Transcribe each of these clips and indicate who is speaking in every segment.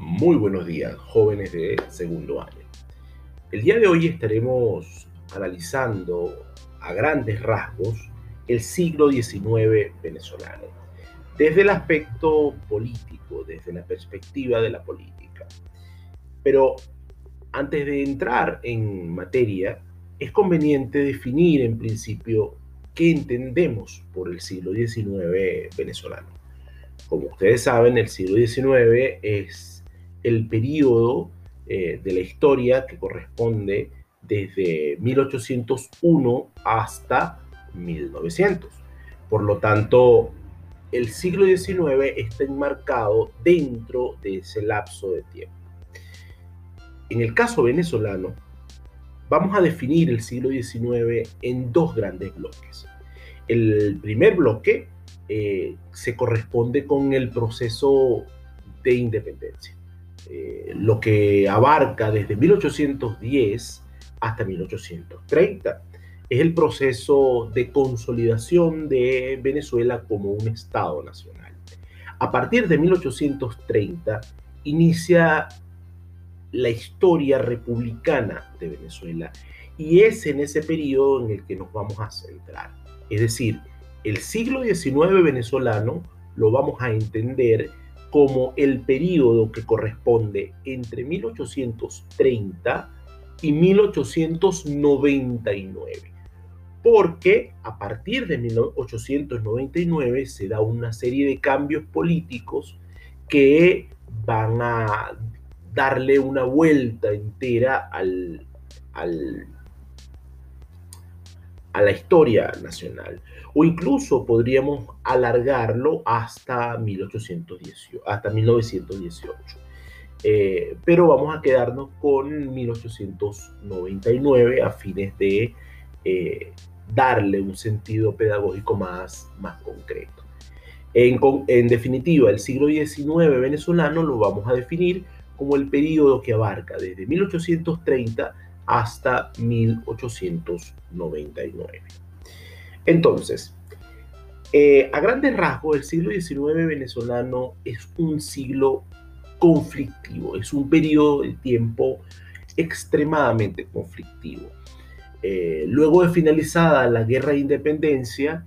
Speaker 1: Muy buenos días, jóvenes de segundo año. El día de hoy estaremos analizando a grandes rasgos el siglo XIX venezolano, desde el aspecto político, desde la perspectiva de la política. Pero antes de entrar en materia, es conveniente definir en principio qué entendemos por el siglo XIX venezolano. Como ustedes saben, el siglo XIX es el periodo de la historia que corresponde desde 1801 hasta 1900. Por lo tanto, el siglo XIX está enmarcado dentro de ese lapso de tiempo. En el caso venezolano, vamos a definir el siglo XIX en dos grandes bloques. El primer bloque se corresponde con el proceso de independencia, lo que abarca desde 1810 hasta 1830. Es el proceso de consolidación de Venezuela como un Estado nacional. A partir de 1830 inicia la historia republicana de Venezuela y es en ese periodo en el que nos vamos a centrar. Es decir, el siglo XIX venezolano lo vamos a entender como el periodo que corresponde entre 1830 y 1899, porque a partir de 1899 se da una serie de cambios políticos que van a darle una vuelta entera a la historia nacional, o incluso podríamos alargarlo hasta 1818, hasta 1918. Pero vamos a quedarnos con 1899 a fines de darle un sentido pedagógico más concreto. En definitiva, el siglo XIX venezolano lo vamos a definir como el periodo que abarca desde 1830 hasta 1899. Entonces, a grandes rasgos, el siglo XIX venezolano es un siglo conflictivo, es un periodo de tiempo extremadamente conflictivo. Luego de finalizada la guerra de independencia,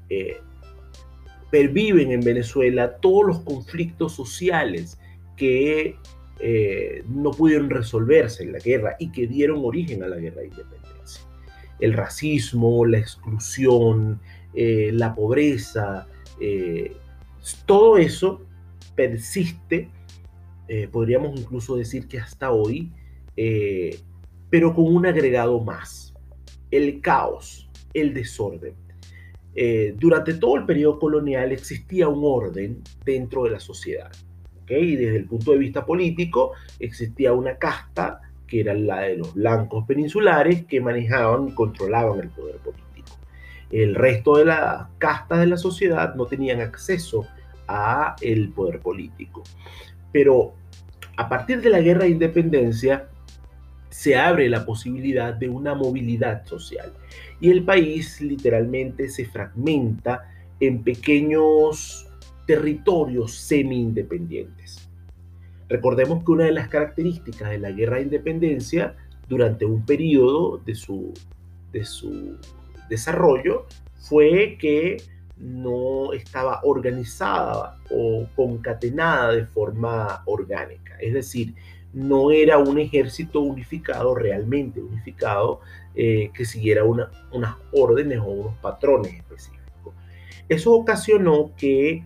Speaker 1: perviven en Venezuela todos los conflictos sociales que no pudieron resolverse en la guerra y que dieron origen a la guerra de independencia. El racismo, la exclusión, la pobreza, todo eso persiste, podríamos incluso decir que hasta hoy, pero con un agregado más: el caos, el desorden. Durante todo el periodo colonial existía un orden dentro de la sociedad. ¿Okay? Y desde el punto de vista político existía una casta que era la de los blancos peninsulares que manejaban y controlaban el poder político. El resto de las castas de la sociedad no tenían acceso a el poder político. Pero a partir de la guerra de independencia se abre la posibilidad de una movilidad social y el país literalmente se fragmenta en pequeños territorios semi-independientes. Recordemos que una de las características de la guerra de independencia durante un periodo de su desarrollo fue que no estaba organizada o concatenada de forma orgánica, es decir, no era un ejército unificado, realmente unificado, que siguiera unas órdenes o unos patrones específicos. Eso ocasionó que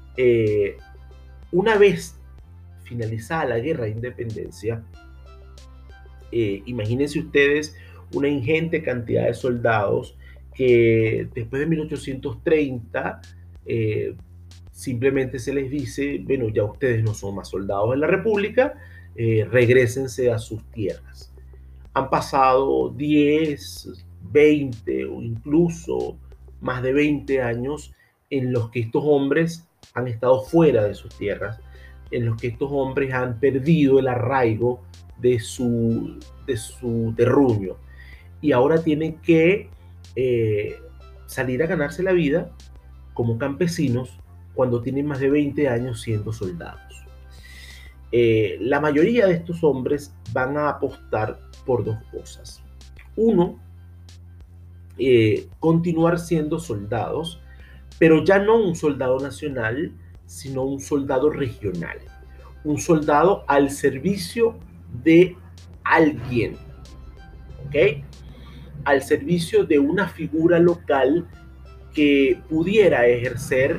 Speaker 1: una vez finalizada la guerra de independencia, imagínense ustedes una ingente cantidad de soldados que después de 1830 simplemente se les dice, bueno, ya ustedes no son más soldados de la República, regrésense a sus tierras. Han pasado 10, 20 o incluso más de 20 años en los que estos hombres han estado fuera de sus tierras, en los que estos hombres han perdido el arraigo de su terruño y ahora tienen que salir a ganarse la vida como campesinos cuando tienen más de 20 años siendo soldados. La mayoría de estos hombres van a apostar por dos cosas. Uno, continuar siendo soldados, pero ya no un soldado nacional, sino un soldado regional, un soldado al servicio de alguien, ¿ok? Al servicio de una figura local que pudiera ejercer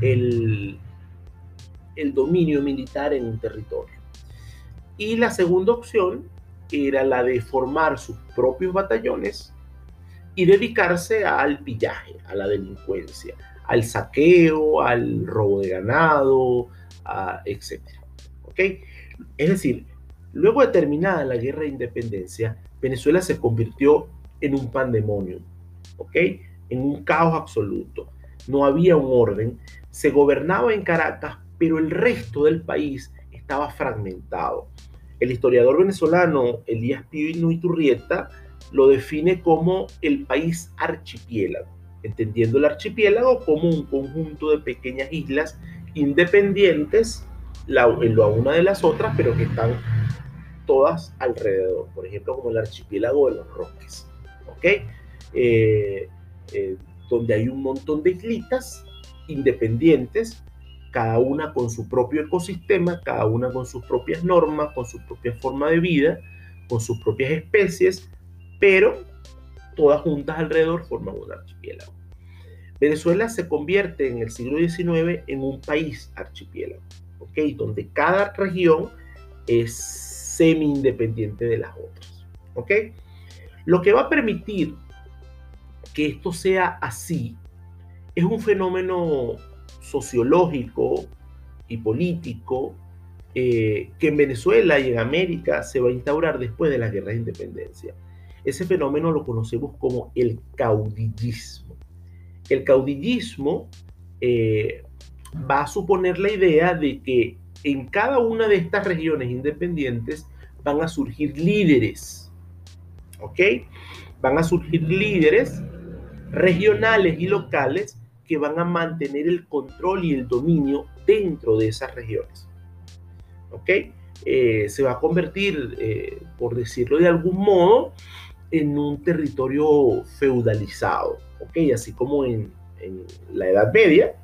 Speaker 1: el dominio militar en un territorio. Y la segunda opción era la de formar sus propios batallones y dedicarse al pillaje, a la delincuencia, al saqueo, al robo de ganado, etc. ¿Ok? Es decir, luego de terminada la guerra de independencia, Venezuela se convirtió en un pandemonium, ¿ok? En un caos absoluto. No había un orden, se gobernaba en Caracas, pero el resto del país estaba fragmentado. El historiador venezolano Elías Pino Iturrieta lo define como el país archipiélago, entendiendo el archipiélago como un conjunto de pequeñas islas independientes la una de las otras, pero que están todas alrededor, por ejemplo, como el archipiélago de los Roques, ¿ok? Eh, donde hay un montón de islitas independientes, cada una con su propio ecosistema, cada una con sus propias normas, con su propia forma de vida, con sus propias especies, pero todas juntas alrededor forman un archipiélago. Venezuela se convierte en el siglo XIX en un país archipiélago, ¿ok? Donde cada región es semi-independiente de las otras, ¿ok? Lo que va a permitir que esto sea así es un fenómeno sociológico y político que en Venezuela y en América se va a instaurar después de la guerra de independencia. Ese fenómeno lo conocemos como el caudillismo. El caudillismo va a suponer la idea de que en cada una de estas regiones independientes van a surgir líderes, ¿ok? Van a surgir líderes regionales y locales que van a mantener el control y el dominio dentro de esas regiones, ¿ok? Se va a convertir, por decirlo de algún modo, en un territorio feudalizado, ¿ok? Así como en la Edad Media,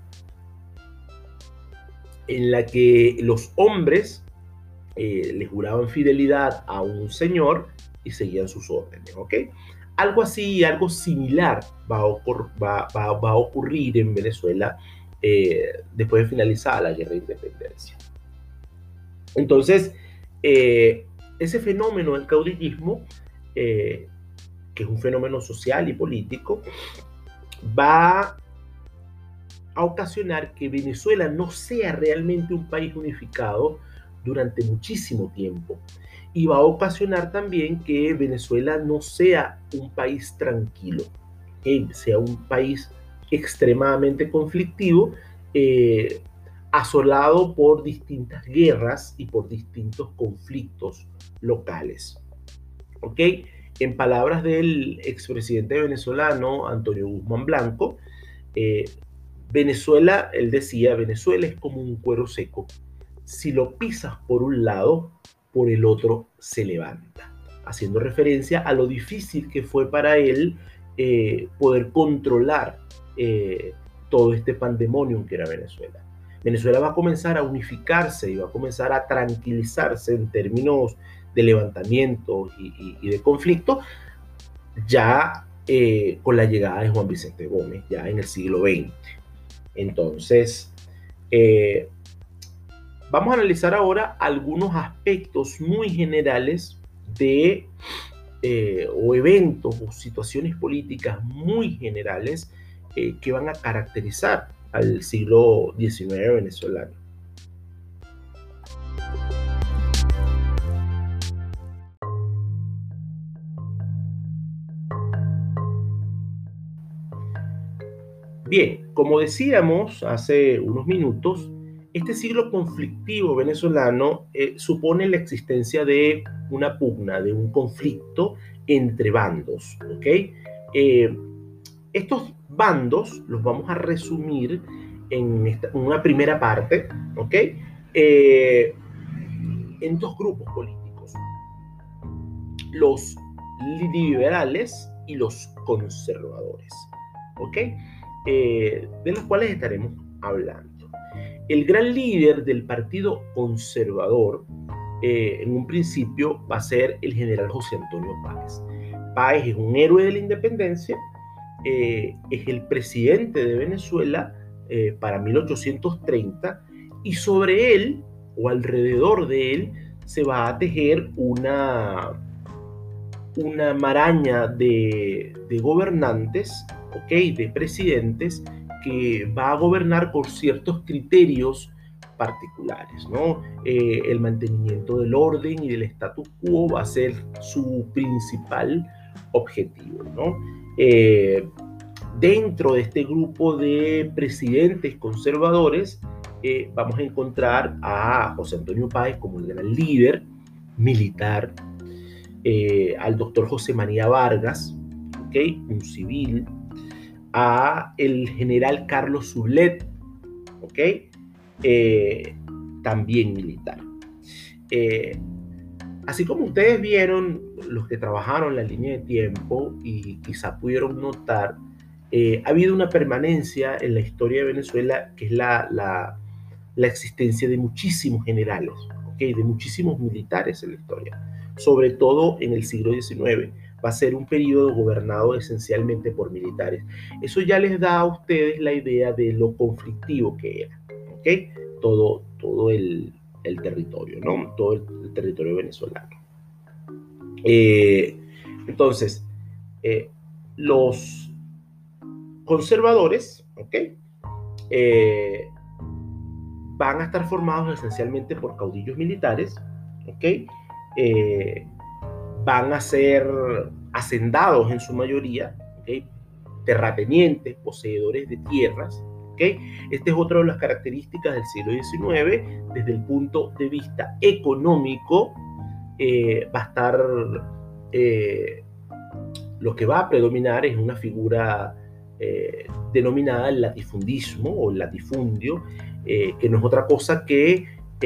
Speaker 1: en la que los hombres le juraban fidelidad a un señor y seguían sus órdenes, ¿ok? Algo así, algo similar va a ocurrir en Venezuela después de finalizada la guerra de independencia. Entonces, ese fenómeno del caudillismo, que es un fenómeno social y político, va a ocasionar que Venezuela no sea realmente un país unificado durante muchísimo tiempo. Y va a ocasionar también que Venezuela no sea un país tranquilo, sea un país extremadamente conflictivo, asolado por distintas guerras y por distintos conflictos locales. ¿Ok? En palabras del expresidente venezolano Antonio Guzmán Blanco, Venezuela, él decía, Venezuela es como un cuero seco. Si lo pisas por un lado, por el otro se levanta. Haciendo referencia a lo difícil que fue para él poder controlar todo este pandemonium que era Venezuela. Venezuela va a comenzar a unificarse y va a comenzar a tranquilizarse en términos de levantamiento y de conflicto ya con la llegada de Juan Vicente Gómez, ya en el siglo XX. Entonces, vamos a analizar ahora algunos aspectos muy generales de o eventos o situaciones políticas muy generales que van a caracterizar al siglo XIX venezolano. Bien, como decíamos hace unos minutos, este siglo conflictivo venezolano supone la existencia de una pugna, de un conflicto entre bandos, ¿ok? Estos bandos los vamos a resumir en una primera parte, ¿ok? en dos grupos políticos: los liberales y los conservadores, ¿ok? De los cuales estaremos hablando. El gran líder del Partido Conservador, en un principio, va a ser el general José Antonio Páez. Páez es un héroe de la independencia, es el presidente de Venezuela para 1830, y sobre él, o alrededor de él, se va a tejer una maraña de gobernantes, ¿ok?, de presidentes, que va a gobernar por ciertos criterios particulares, ¿no? El mantenimiento del orden y del status quo va a ser su principal objetivo, ¿no? Dentro de este grupo de presidentes conservadores, vamos a encontrar a José Antonio Páez como el gran líder militar, al doctor José María Vargas, ¿okay?, un civil, a el general Carlos Sublet, ¿okay?, también militar. Así como ustedes vieron, los que trabajaron la línea de tiempo y quizá pudieron notar, ha habido una permanencia en la historia de Venezuela, que es la existencia de muchísimos generales, ¿okay?, de muchísimos militares en la historia, sobre todo en el siglo XIX. Va a ser un periodo gobernado esencialmente por militares. Eso ya les da a ustedes la idea de lo conflictivo que era, ¿okay?, todo el territorio, ¿no? Todo el territorio venezolano. Entonces, los conservadores, ¿okay?, van a estar formados esencialmente por caudillos militares, ¿okay?, van a ser hacendados en su mayoría, ¿okay?, terratenientes, poseedores de tierras, ¿okay? Esta es otra de las características del siglo XIX. Desde el punto de vista económico, va a estar, lo que va a predominar es una figura denominada el latifundismo o el latifundio, que no es otra cosa que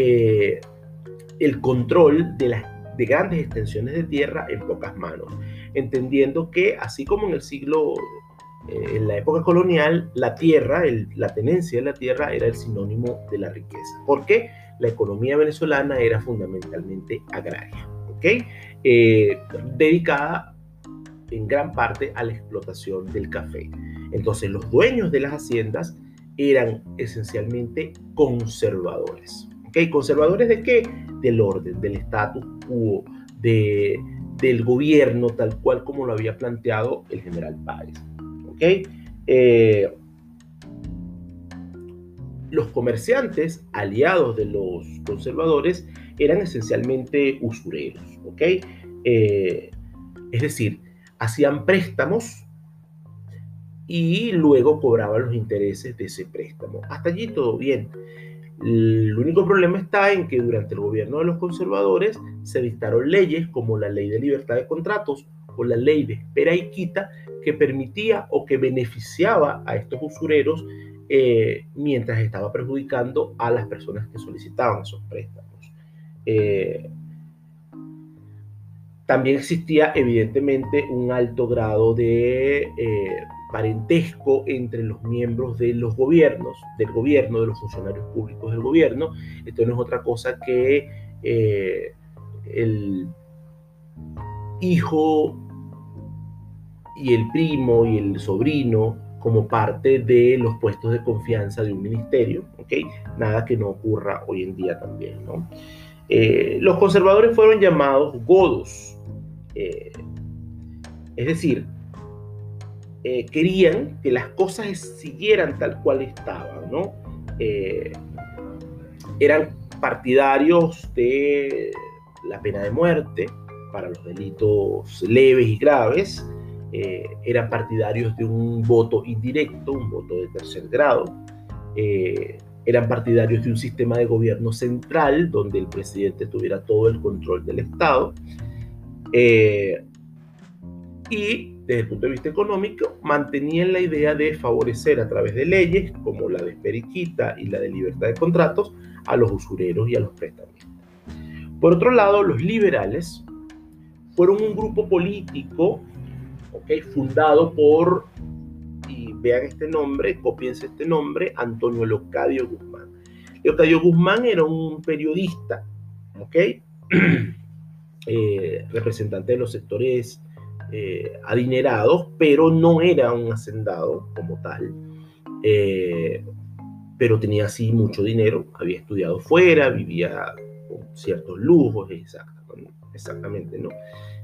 Speaker 1: el control de grandes extensiones de tierra en pocas manos, entendiendo que, así como en la época colonial, la tierra, la tenencia de la tierra era el sinónimo de la riqueza, porque la economía venezolana era fundamentalmente agraria, ¿okay?, dedicada en gran parte a la explotación del café. Entonces, los dueños de las haciendas eran esencialmente conservadores. ¿Okay? ¿Conservadores de qué? Del orden, del status quo, del gobierno tal cual como lo había planteado el general Páez. ¿Okay? Los comerciantes aliados de los conservadores eran esencialmente usureros. ¿Okay? Es decir, hacían préstamos y luego cobraban los intereses de ese préstamo. Hasta allí todo bien. El único problema está en que durante el gobierno de los conservadores se dictaron leyes como la Ley de Libertad de Contratos o la Ley de Espera y Quita, que permitía o que beneficiaba a estos usureros mientras estaba perjudicando a las personas que solicitaban esos préstamos. También existía evidentemente un alto grado de parentesco entre los miembros de los gobiernos, del gobierno, de los funcionarios públicos del gobierno. Esto no es otra cosa que el hijo y el primo y el sobrino como parte de los puestos de confianza de un ministerio, ¿okay? Nada que no ocurra hoy en día también, ¿no? Los conservadores fueron llamados godos, es decir, querían que las cosas siguieran tal cual estaban, ¿no? Eran partidarios de la pena de muerte para los delitos leves y graves, eran partidarios de un voto indirecto, un voto de tercer grado, eran partidarios de un sistema de gobierno central donde el presidente tuviera todo el control del Estado, y desde el punto de vista económico mantenían la idea de favorecer a través de leyes como la de Espera y Quita y la de libertad de contratos a los usureros y a los prestamistas. Por otro lado, los liberales fueron un grupo político, fundado por, y vean este nombre, copiense este nombre, Antonio Leocadio Guzmán. Leocadio Guzmán era un periodista, representante de los sectores adinerados, pero no era un hacendado como tal, pero tenía así mucho dinero, había estudiado fuera, vivía con ciertos lujos, exactamente, ¿no?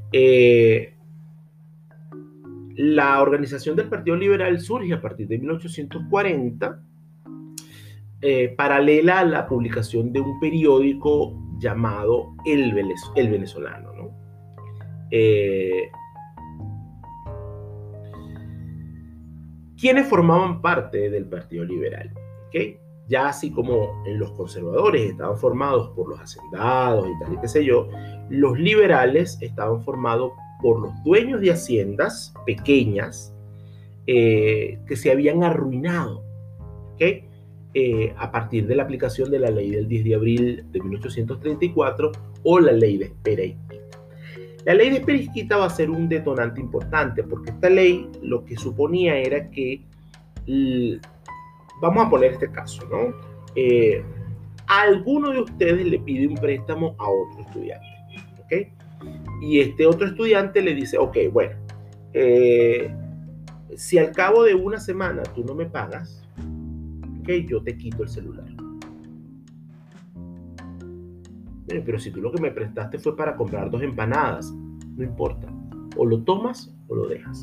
Speaker 1: La organización del Partido Liberal surge a partir de 1840, paralela a la publicación de un periódico llamado El Venezolano, ¿no? ¿Quiénes formaban parte del Partido Liberal? Ya así como en los conservadores estaban formados por los hacendados y tal y qué sé yo, los liberales estaban formados por los dueños de haciendas pequeñas que se habían arruinado, a partir de la aplicación de la ley del 10 de abril de 1834 o la ley de espera y quita. La ley de espera y quita va a ser un detonante importante porque esta ley lo que suponía era que, vamos a poner este caso, ¿no? A alguno de ustedes le pide un préstamo a otro estudiante, y este otro estudiante le dice, bueno, si al cabo de una semana tú no me pagas, yo te quito el celular. Pero si tú lo que me prestaste fue para comprar 2 empanadas, no importa, o lo tomas o lo dejas,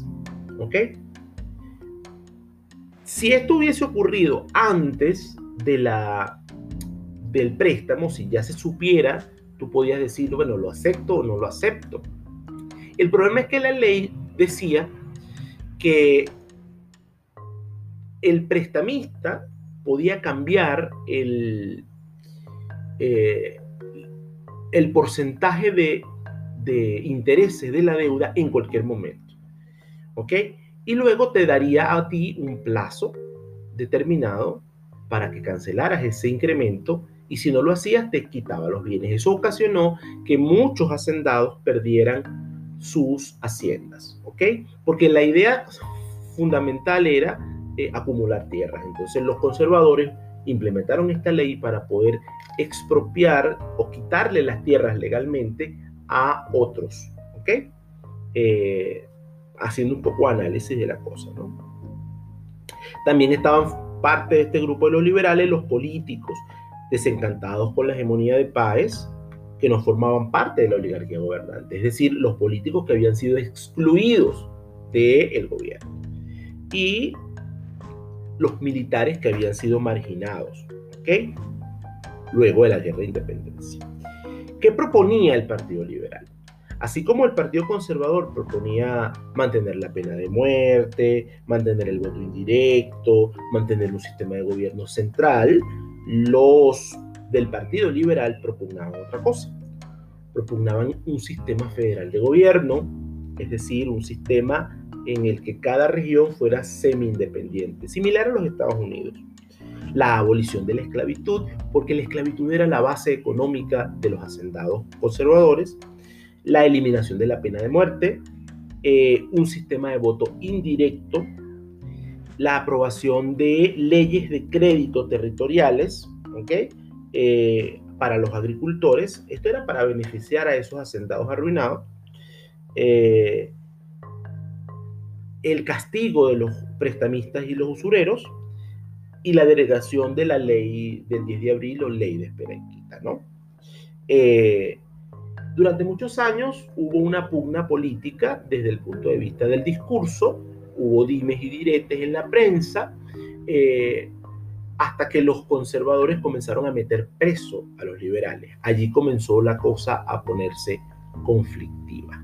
Speaker 1: Si esto hubiese ocurrido antes del préstamo, si ya se supiera, tú podías decir, bueno, lo acepto o no lo acepto. El problema es que la ley decía que el prestamista podía cambiar el porcentaje de intereses de la deuda en cualquier momento, y luego te daría a ti un plazo determinado para que cancelaras ese incremento, y si no lo hacías te quitaba los bienes. Eso ocasionó que muchos hacendados perdieran sus haciendas, porque la idea fundamental era acumular tierras. Entonces los conservadores implementaron esta ley para poder expropiar o quitarle las tierras legalmente a otros, haciendo un poco análisis de la cosa, ¿no? También estaban parte de este grupo de los liberales los políticos desencantados con la hegemonía de Páez, que no formaban parte de la oligarquía gobernante, es decir, los políticos que habían sido excluidos del gobierno, y los militares que habían sido marginados, luego de la guerra de independencia. ¿Qué proponía el Partido Liberal? Así como el Partido Conservador proponía mantener la pena de muerte, mantener el voto indirecto, mantener un sistema de gobierno central, los del Partido Liberal propugnaban otra cosa. Propugnaban un sistema federal de gobierno, es decir, un sistema en el que cada región fuera semi-independiente, similar a los Estados Unidos. La abolición de la esclavitud, porque la esclavitud era la base económica de los hacendados conservadores, la eliminación de la pena de muerte, un sistema de voto indirecto, la aprobación de leyes de crédito territoriales, para los agricultores. Esto era para beneficiar a esos hacendados arruinados. El castigo de los prestamistas y los usureros, y la derogación de la ley del 10 de abril o ley de espera y quita, ¿no? Durante muchos años hubo una pugna política desde el punto de vista del discurso, hubo dimes y diretes en la prensa, hasta que los conservadores comenzaron a meter preso a los liberales. Allí comenzó la cosa a ponerse conflictiva.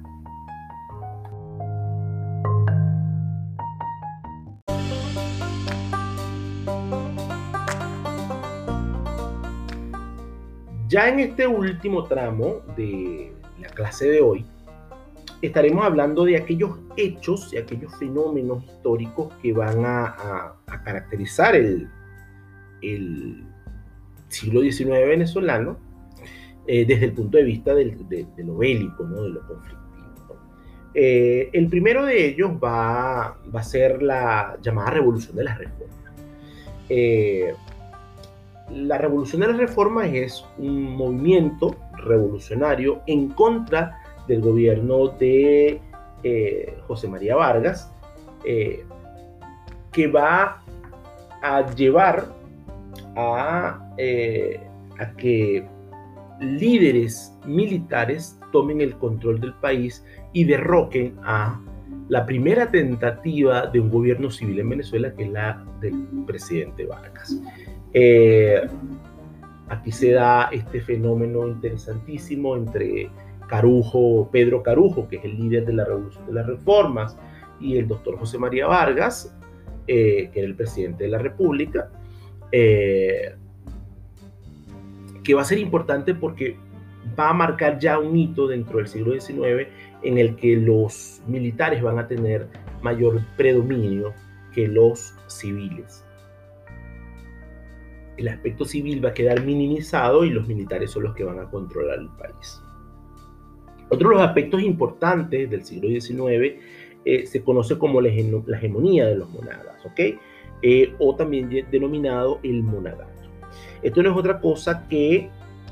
Speaker 1: Ya en este último tramo de la clase de hoy, estaremos hablando de aquellos hechos y aquellos fenómenos históricos que van a caracterizar el siglo XIX venezolano, desde el punto de vista de lo bélico, ¿no? De lo conflictivo, ¿no? El primero de ellos va a ser la llamada Revolución de las Reformas. La Revolución de las Reformas es un movimiento revolucionario en contra del gobierno de José María Vargas, que va a llevar a que líderes militares tomen el control del país y derroquen a la primera tentativa de un gobierno civil en Venezuela, que es la del presidente Vargas. Aquí se da este fenómeno interesantísimo entre Pedro Carujo, que es el líder de la Revolución de las Reformas, y el doctor José María Vargas, que era el presidente de la República, que va a ser importante porque va a marcar ya un hito dentro del siglo XIX en el que los militares van a tener mayor predominio que los civiles. El aspecto civil va a quedar minimizado y los militares son los que van a controlar el país. Otro de los aspectos importantes del siglo XIX se conoce como la hegemonía de los monagas, ¿ok? O también denominado el monagato. Esto no es otra cosa que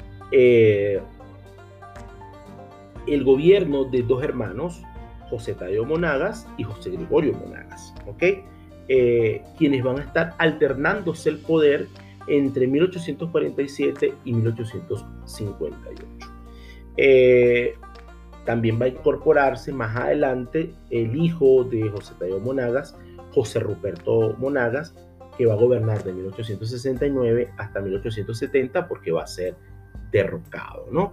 Speaker 1: el gobierno de dos hermanos, José Tadeo Monagas y José Gregorio Monagas, ¿ok? Quienes van a estar alternándose el poder entre 1847 y 1858. También va a incorporarse más adelante el hijo de José Tadeo Monagas, José Ruperto Monagas, que va a gobernar de 1869 hasta 1870 porque va a ser derrocado, ¿no?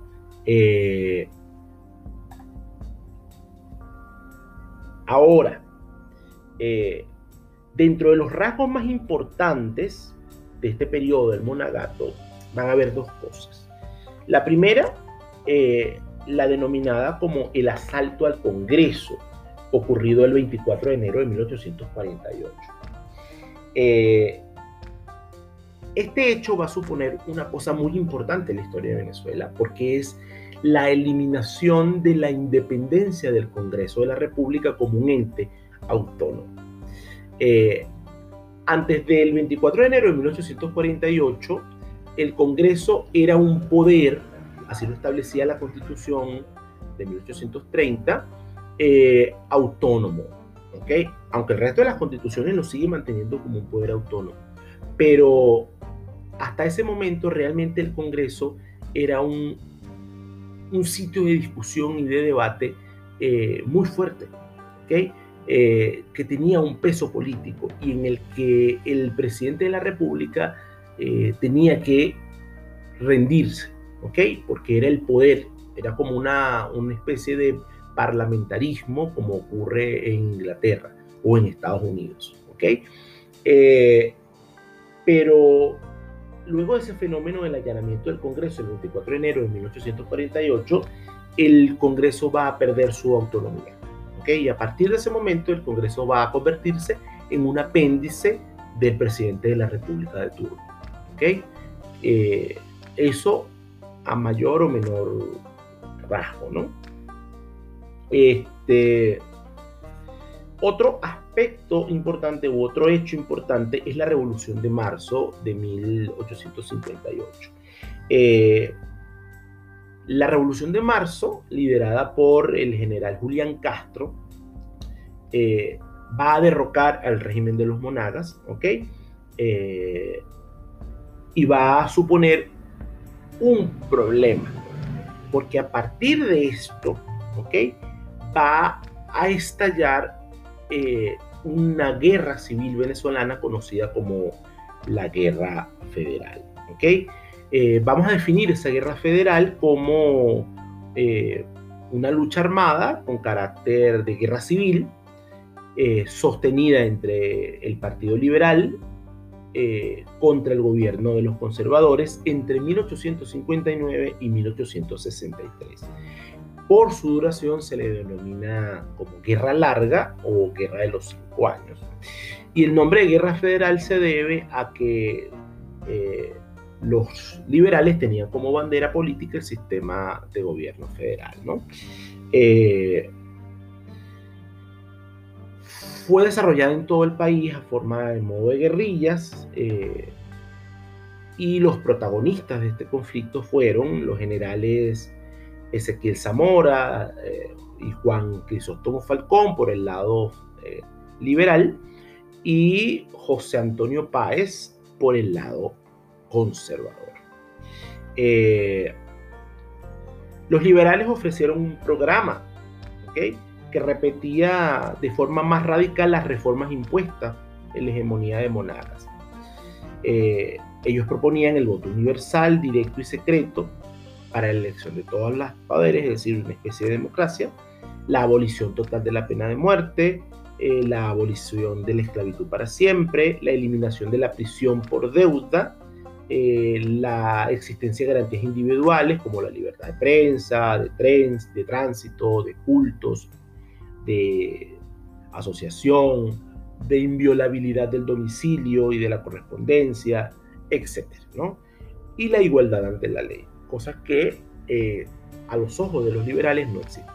Speaker 1: Ahora, dentro de los rasgos más importantes de este periodo del monagato van a haber dos cosas. La primera, la denominada como el asalto al Congreso, ocurrido el 24 de enero de 1848. Este hecho va a suponer una cosa muy importante en la historia de Venezuela, porque es la eliminación de la independencia del Congreso de la República como un ente autónomo. Antes del 24 de enero de 1848, el Congreso era un poder, así lo establecía la Constitución de 1830, autónomo, ¿ok? Aunque el resto de las constituciones lo sigue manteniendo como un poder autónomo. Pero hasta ese momento realmente el Congreso era un sitio de discusión y de debate muy fuerte, ¿ok? Que tenía un peso político y en el que el presidente de la República tenía que rendirse, ¿ok? Porque era el poder, era como una especie de parlamentarismo como ocurre en Inglaterra o en Estados Unidos, ¿ok? Pero luego de ese fenómeno del allanamiento del Congreso el 24 de enero de 1848, el Congreso va a perder su autonomía, ¿ok? Y a partir de ese momento el Congreso va a convertirse en un apéndice del presidente de la República de turno, ¿ok? Eso a mayor o menor rasgo, ¿no? Otro aspecto importante u otro hecho importante es la Revolución de Marzo de 1858. La Revolución de Marzo, liderada por el general Julián Castro, va a derrocar al régimen de los monagas, ¿ok? Y va a suponer un problema, porque a partir de esto, ¿ok? Va a estallar una guerra civil venezolana conocida como la Guerra Federal, ¿ok? Vamos a definir esa guerra federal como una lucha armada con carácter de guerra civil, sostenida entre el Partido Liberal contra el gobierno de los conservadores entre 1859 y 1863. Por su duración se le denomina como Guerra Larga o Guerra de los 5 años. Y el nombre de Guerra Federal se debe a que los liberales tenían como bandera política el sistema de gobierno federal, ¿no? Fue desarrollada en todo el país a forma de modo de guerrillas, y los protagonistas de este conflicto fueron los generales Ezequiel Zamora y Juan Crisóstomo Falcón por el lado liberal, y José Antonio Páez por el lado conservador. Los liberales ofrecieron un programa, ¿okay?, que repetía de forma más radical las reformas impuestas en la hegemonía de Monagas. Ellos proponían el voto universal, directo y secreto para la elección de todos los poderes, es decir, una especie de democracia, la abolición total de la pena de muerte, la abolición de la esclavitud para siempre, la eliminación de la prisión por deuda, la existencia de garantías individuales como la libertad de prensa, de tránsito, de cultos, de asociación, de inviolabilidad del domicilio y de la correspondencia, etcétera, ¿no? Y la igualdad ante la ley, cosas que a los ojos de los liberales no existían.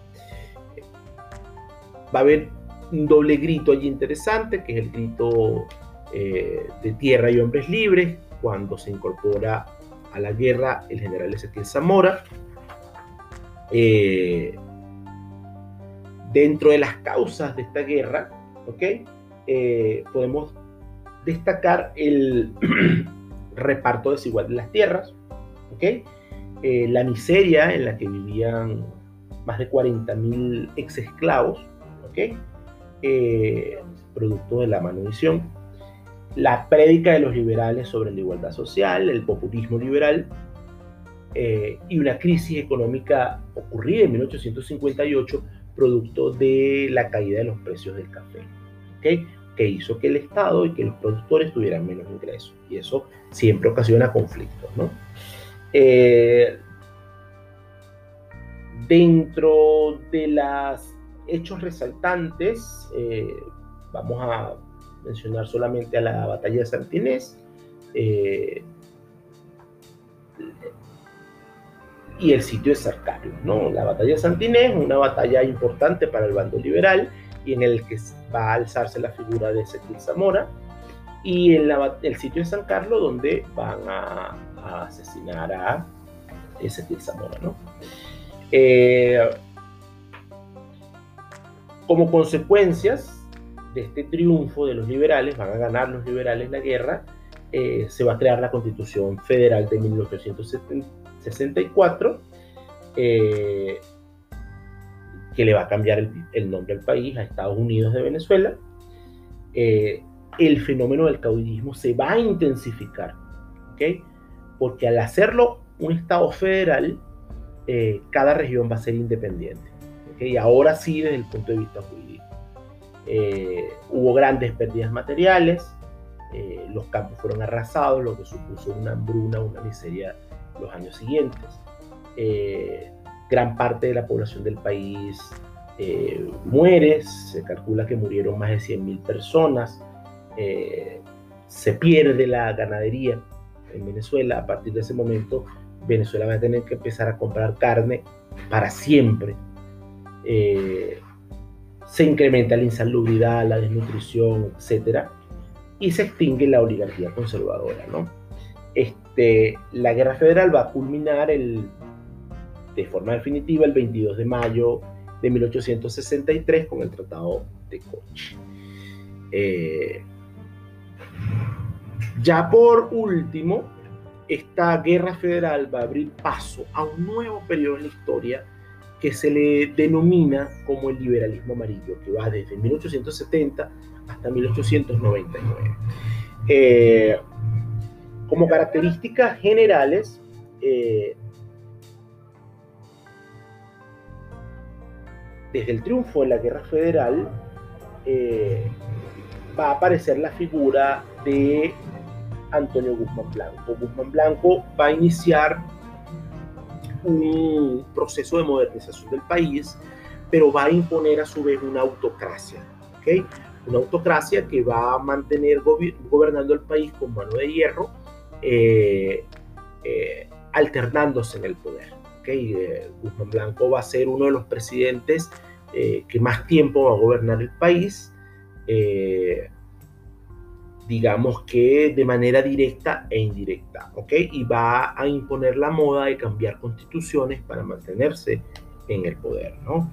Speaker 1: Va a haber un doble grito allí interesante, que es el grito de tierra y hombres libres, cuando se incorpora a la guerra el general Ezequiel Zamora. Dentro de las causas de esta guerra, ¿okay?, podemos destacar el reparto desigual de las tierras, ¿okay?, la miseria en la que vivían más de 40.000 exesclavos, ¿okay?, producto de la manutención, la prédica de los liberales sobre la igualdad social, el populismo liberal, y una crisis económica ocurrida en 1858, producto de la caída de los precios del café, ¿okay?, que hizo que el Estado y que los productores tuvieran menos ingresos, y eso siempre ocasiona conflictos, ¿no? Dentro de los hechos resaltantes, vamos a mencionar solamente a la batalla de Santinés y el sitio de San Carlos, ¿no? La batalla de Santinés es una batalla importante para el bando liberal y en el que va a alzarse la figura de Ezequiel Zamora, y en el sitio de San Carlos, donde van a asesinar a Ezequiel Zamora, ¿no? Como consecuencias de este triunfo de los liberales, van a ganar los liberales la guerra, se va a crear la Constitución Federal de 1864, que le va a cambiar el nombre al país a Estados Unidos de Venezuela. El fenómeno del caudillismo se va a intensificar, ¿okay?, porque al hacerlo un Estado federal, cada región va a ser independiente, ¿okay?, y ahora sí desde el punto de vista jurídico. Hubo grandes pérdidas materiales, los campos fueron arrasados, lo que supuso una hambruna, una miseria los años siguientes. Gran parte de la población del país muere, se calcula que murieron más de 100.000 personas, se pierde la ganadería en Venezuela. A partir de ese momento Venezuela va a tener que empezar a comprar carne para siempre. Se incrementa la insalubridad, la desnutrición, etc. Y se extingue la oligarquía conservadora, ¿no? La guerra federal va a culminar de forma definitiva el 22 de mayo de 1863 con el Tratado de Coche. Ya por último, esta guerra federal va a abrir paso a un nuevo periodo en la historia que se le denomina como el liberalismo amarillo, que va desde 1870 hasta 1899. Como características generales, desde el triunfo de la guerra federal, va a aparecer la figura de Antonio Guzmán Blanco. Guzmán Blanco va a iniciar un proceso de modernización del país, pero va a imponer a su vez una autocracia, ¿okay? Una autocracia que va a mantener gobernando el país con mano de hierro, alternándose en el poder. Guzmán Blanco va a ser uno de los presidentes que más tiempo va a gobernar el país, digamos que de manera directa e indirecta, y va a imponer la moda de cambiar constituciones para mantenerse en el poder, ¿no?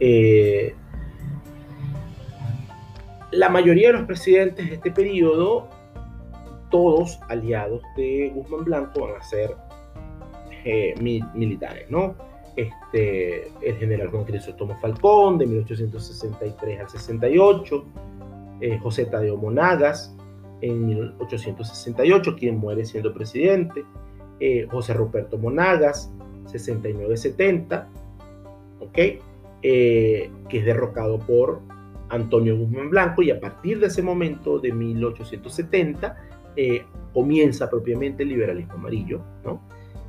Speaker 1: La mayoría de los presidentes de este periodo, todos aliados de Guzmán Blanco, van a ser militares, ¿no? El general Juan Crisóstomo Falcón, de 1863 al 68, José Tadeo Monagas, en 1868, quien muere siendo presidente, José Ruperto Monagas, 69-70, que es derrocado por Antonio Guzmán Blanco, y a partir de ese momento, de 1870, comienza propiamente el liberalismo amarillo, ¿no?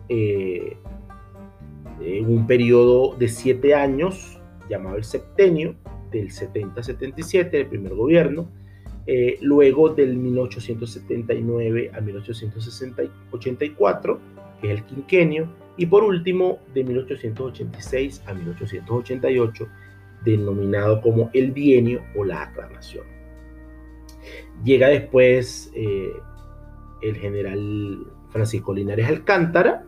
Speaker 1: Un periodo de 7 años, llamado el septenio, del 70-77, el primer gobierno, luego del 1879 a 1884, que es el quinquenio, y por último, de 1886 a 1888, denominado como el bienio o la aclamación. Llega después el general Francisco Linares Alcántara,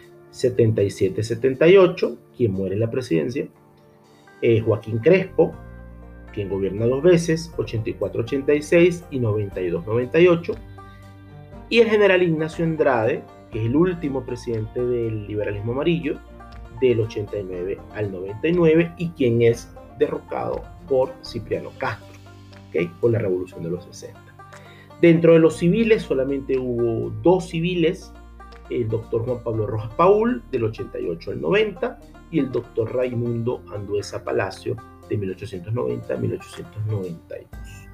Speaker 1: 77-78, quien muere en la presidencia, Joaquín Crespo, quien gobierna 2 veces, 84-86 y 92-98, y el general Ignacio Andrade, que es el último presidente del liberalismo amarillo, del 89 al 99, y quien es derrocado por Cipriano Castro, por la revolución de los 60. Dentro de los civiles solamente hubo 2 civiles, el doctor Juan Pablo Rojas Paul, del 88 al 90, y el doctor Raimundo Andueza Palacio, de 1890 a 1892.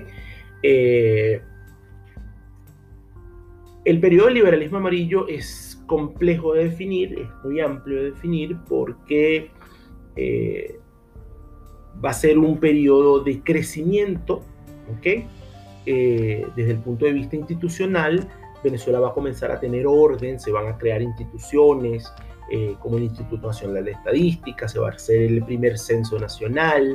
Speaker 1: El periodo del liberalismo amarillo es complejo de definir, es muy amplio de definir, porque va a ser un periodo de crecimiento, desde el punto de vista institucional. Venezuela va a comenzar a tener orden, se van a crear instituciones, como el Instituto Nacional de Estadística, se va a hacer el primer censo nacional,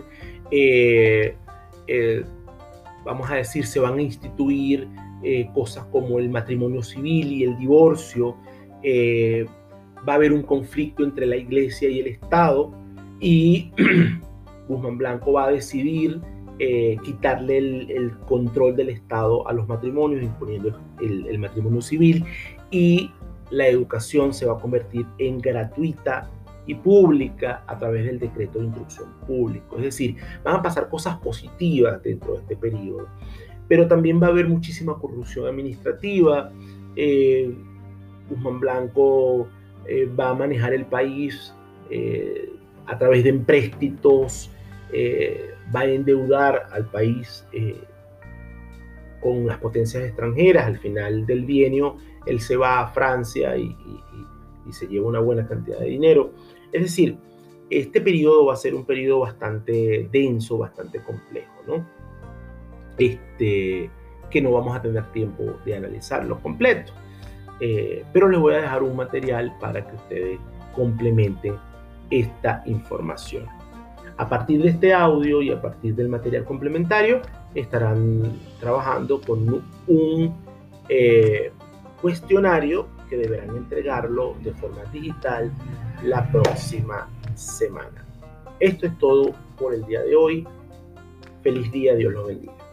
Speaker 1: vamos a decir, se van a instituir cosas como el matrimonio civil y el divorcio, va a haber un conflicto entre la Iglesia y el Estado, y Guzmán Blanco va a decidir quitarle el control del Estado a los matrimonios, imponiendo el matrimonio civil, y la educación se va a convertir en gratuita y pública a través del decreto de instrucción público. Es decir, van a pasar cosas positivas dentro de este periodo, pero también va a haber muchísima corrupción administrativa. Guzmán Blanco va a manejar el país a través de empréstitos, va a endeudar al país con las potencias extranjeras. Al final del bienio, él se va a Francia y se lleva una buena cantidad de dinero. Es decir, este periodo va a ser un periodo bastante denso, bastante complejo, ¿no? Que no vamos a tener tiempo de analizarlo completo. Pero les voy a dejar un material para que ustedes complementen esta información. A partir de este audio y a partir del material complementario, estarán trabajando con un cuestionario que deberán entregarlo de forma digital la próxima semana. Esto es todo por el día de hoy. Feliz día, Dios los bendiga.